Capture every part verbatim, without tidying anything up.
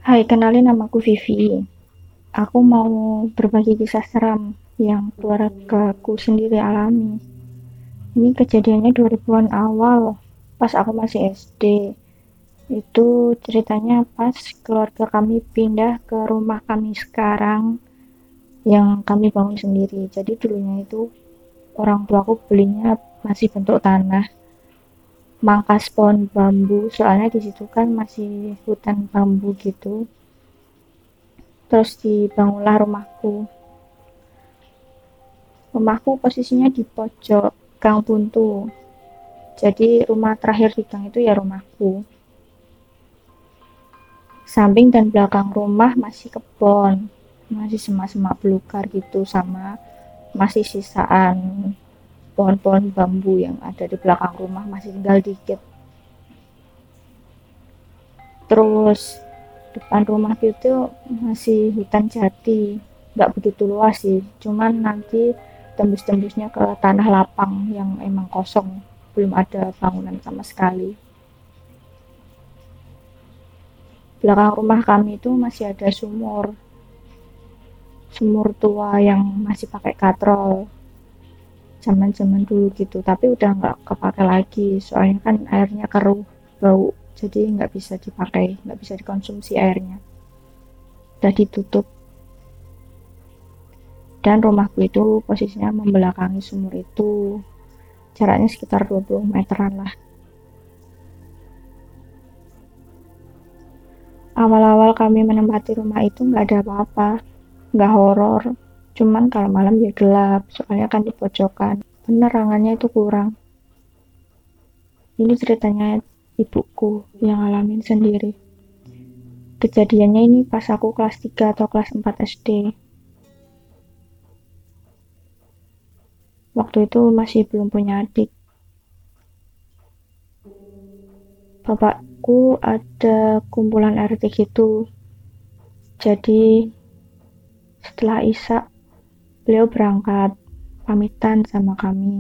Hai, kenalin namaku Vivi. Aku mau berbagi kisah seram yang keluargaku sendiri alami. Ini kejadiannya dua ribuan awal, pas aku masih S D. Itu ceritanya pas keluarga kami pindah ke rumah kami sekarang yang kami bangun sendiri. Jadi dulunya itu orang tuaku belinya masih bentuk tanah, mangkas pohon bambu, soalnya di situ kan masih hutan bambu gitu. Terus dibangunlah rumahku. Rumahku posisinya di pojok gang buntu. Jadi rumah terakhir di gang itu ya rumahku. Samping dan belakang rumah masih kebon, masih semak-semak belukar gitu, sama masih sisaan pohon-pohon bambu yang ada di belakang rumah masih tinggal dikit. Terus depan rumah itu masih hutan jati, nggak begitu luas sih, cuman nanti tembus-tembusnya ke tanah lapang yang emang kosong, belum ada bangunan sama sekali. Belakang rumah kami itu masih ada sumur, sumur tua yang masih pakai katrol, zaman-zaman dulu gitu, tapi udah nggak kepakai lagi, soalnya kan airnya keruh, bau, jadi nggak bisa dipakai, nggak bisa dikonsumsi airnya, udah ditutup. Dan rumahku itu posisinya membelakangi sumur itu, jaraknya sekitar dua puluh meteran lah. Awal-awal kami menempati rumah itu nggak ada apa-apa, nggak horor, cuman kalau malam ya gelap, soalnya kan di pojokan, penerangannya itu kurang. Ini ceritanya ibuku yang ngalamin sendiri. Kejadiannya ini pas aku kelas tiga atau kelas empat S D. Waktu itu masih belum punya adik. Bapakku ada kumpulan R T gitu. Jadi setelah Isya beliau berangkat pamitan sama kami.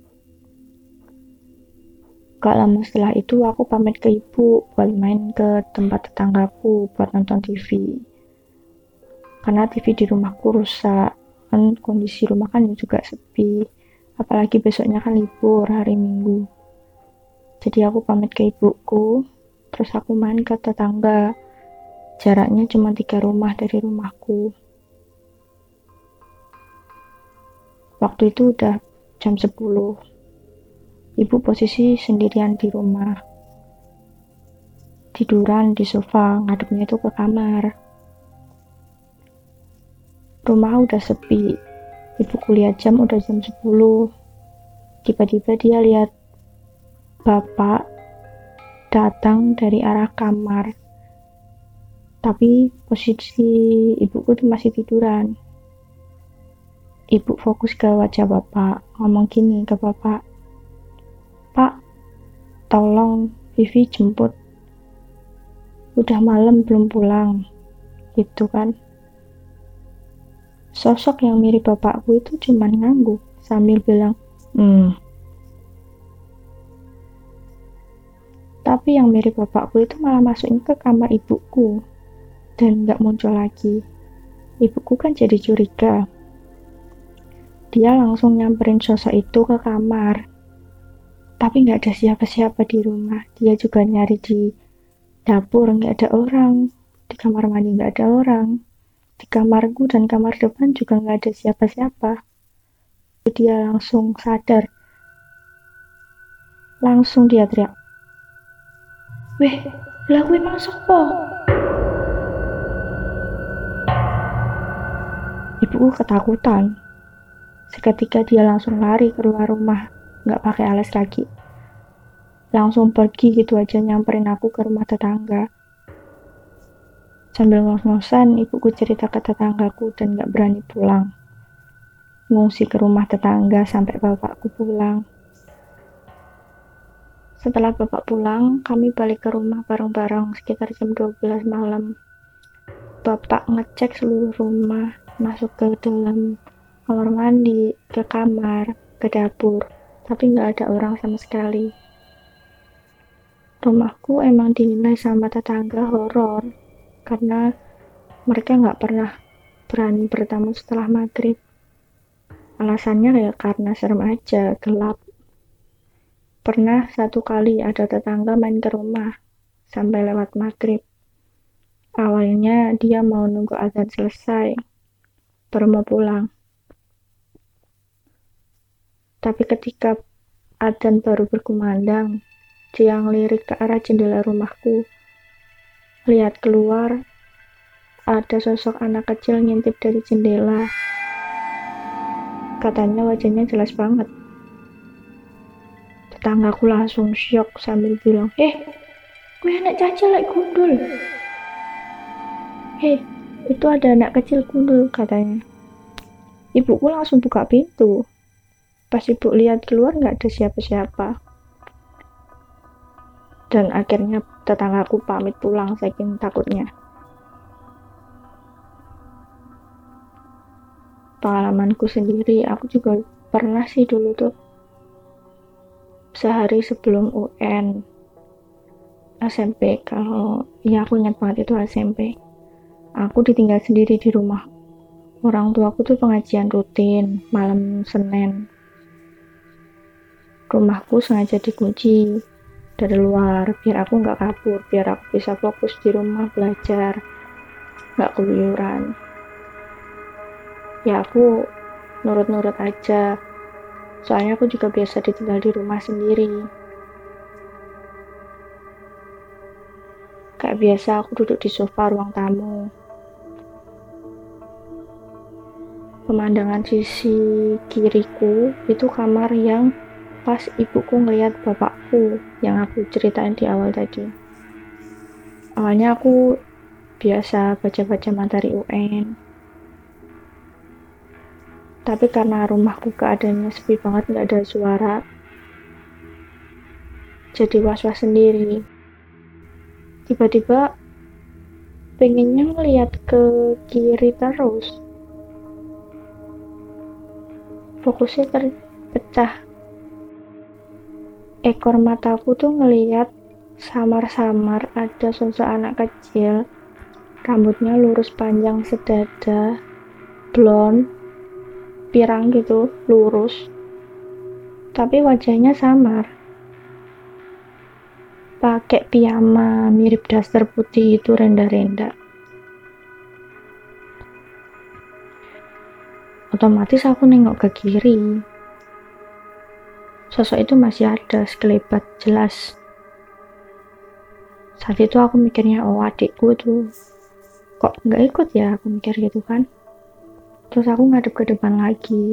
Gak lama setelah itu aku pamit ke ibu buat main ke tempat tetanggaku buat nonton T V. Karena T V di rumahku rusak, kan kondisi rumah kan juga sepi. Apalagi besoknya kan libur hari Minggu. Jadi aku pamit ke ibuku, terus aku main ke tetangga. Jaraknya cuma tiga rumah dari rumahku. Waktu itu udah jam sepuluh. Ibu posisi sendirian di rumah. Tiduran di sofa, ngadepnya itu ke kamar. Rumah udah sepi. Ibuku lihat jam udah jam sepuluh. Tiba-tiba dia lihat bapak datang dari arah kamar. Tapi posisi ibuku tuh masih tiduran. Ibu fokus ke wajah bapak, ngomong gini ke bapak, "Pak, tolong Vivi jemput. Udah malam belum pulang." Gitu kan. Sosok yang mirip bapakku itu cuman ngangguk sambil bilang, "Hmm." Tapi yang mirip bapakku itu malah masuknya ke kamar ibuku dan gak muncul lagi. Ibuku kan jadi curiga. Dia langsung nyamperin sosok itu ke kamar. Tapi gak ada siapa-siapa di rumah. Dia juga nyari di dapur, gak ada orang. Di kamar mandi gak ada orang. Di kamarku dan kamar depan juga gak ada siapa-siapa. Dia langsung sadar. Langsung dia teriak, "Weh, lah kuwi mang sopo?" Ibuku ketakutan. Seketika dia langsung lari keluar rumah, gak pakai alas lagi. Langsung pergi gitu aja nyamperin aku ke rumah tetangga. Sambil ngos-ngosan, ibuku cerita ke tetanggaku dan gak berani pulang. Ngungsi ke rumah tetangga sampai bapakku pulang. Setelah bapak pulang, kami balik ke rumah bareng-bareng sekitar jam dua belas malam. Bapak ngecek seluruh rumah, masuk ke dalam kamar mandi, ke kamar, ke dapur, tapi nggak ada orang sama sekali. Rumahku emang dinilai sama tetangga horor, karena mereka nggak pernah berani bertamu setelah maghrib. Alasannya ya karena serem aja, gelap. Pernah satu kali ada tetangga main ke rumah sampai lewat maghrib. Awalnya dia mau nunggu azan selesai, baru mau pulang. Tapi ketika azan baru berkumandang, dia ngelirik ke arah jendela rumahku. Lihat keluar, ada sosok anak kecil ngintip dari jendela. Katanya wajahnya jelas banget. Tetanggaku langsung syok sambil bilang, "Eh, gue anak caca like gundul." "Hei, itu ada anak kecil gundul," katanya. Ibuku langsung buka pintu. Pas ibu lihat keluar nggak ada siapa-siapa. Dan akhirnya tetanggaku pamit pulang saking takutnya. Pengalamanku sendiri, aku juga pernah sih dulu tuh sehari sebelum U N S M P, kalau ya aku ingat banget itu S M P, aku ditinggal sendiri di rumah. Orang tuaku tuh pengajian rutin malam Senin. Rumahku sengaja dikunci dari luar biar aku nggak kabur, biar aku bisa fokus di rumah belajar, nggak keluyuran. Ya aku nurut-nurut aja, soalnya aku juga biasa ditinggal di rumah sendiri. Kayak biasa aku duduk di sofa ruang tamu. Pemandangan sisi kiriku itu kamar yang pas ibuku ngeliat bapakku yang aku ceritain di awal tadi. Awalnya aku biasa baca-baca materi U N, tapi karena rumahku keadaannya sepi banget, nggak ada suara, jadi was-was sendiri. Tiba-tiba pengennya ngeliat ke kiri terus, fokusnya terpecah. Ekor mataku tuh ngeliat samar-samar ada sosok anak kecil, rambutnya lurus panjang sedada, blond, pirang gitu, lurus, tapi wajahnya samar. Pakai piyama mirip daster putih itu, renda-renda. Otomatis aku nengok ke kiri. Sosok itu masih ada, sekelebat jelas. Saat itu aku mikirnya, oh adikku tuh kok nggak ikut ya, aku mikir gitu kan. Terus aku ngadep ke depan lagi.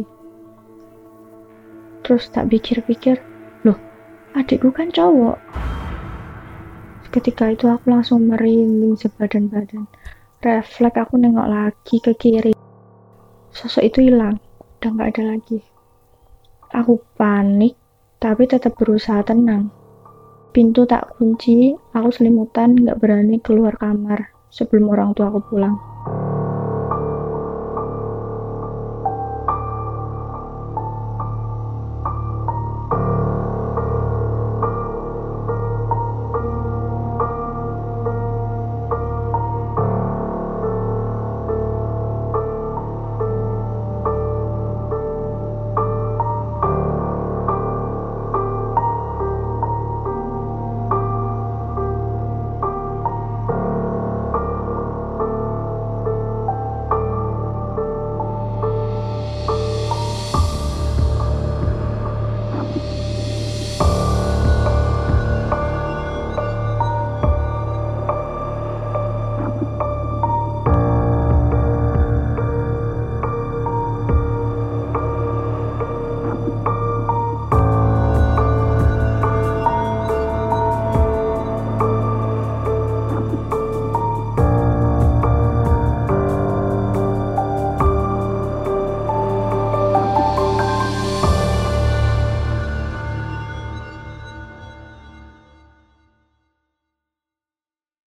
Terus tak pikir-pikir, loh adikku kan cowok. Ketika itu aku langsung merinding sebadan-badan. Refleks aku nengok lagi ke kiri. Sosok itu hilang, udah nggak ada lagi. Aku panik, tapi tetap berusaha tenang. Pintu tak kunci, aku selimutan nggak berani keluar kamar sebelum orang tua aku pulang.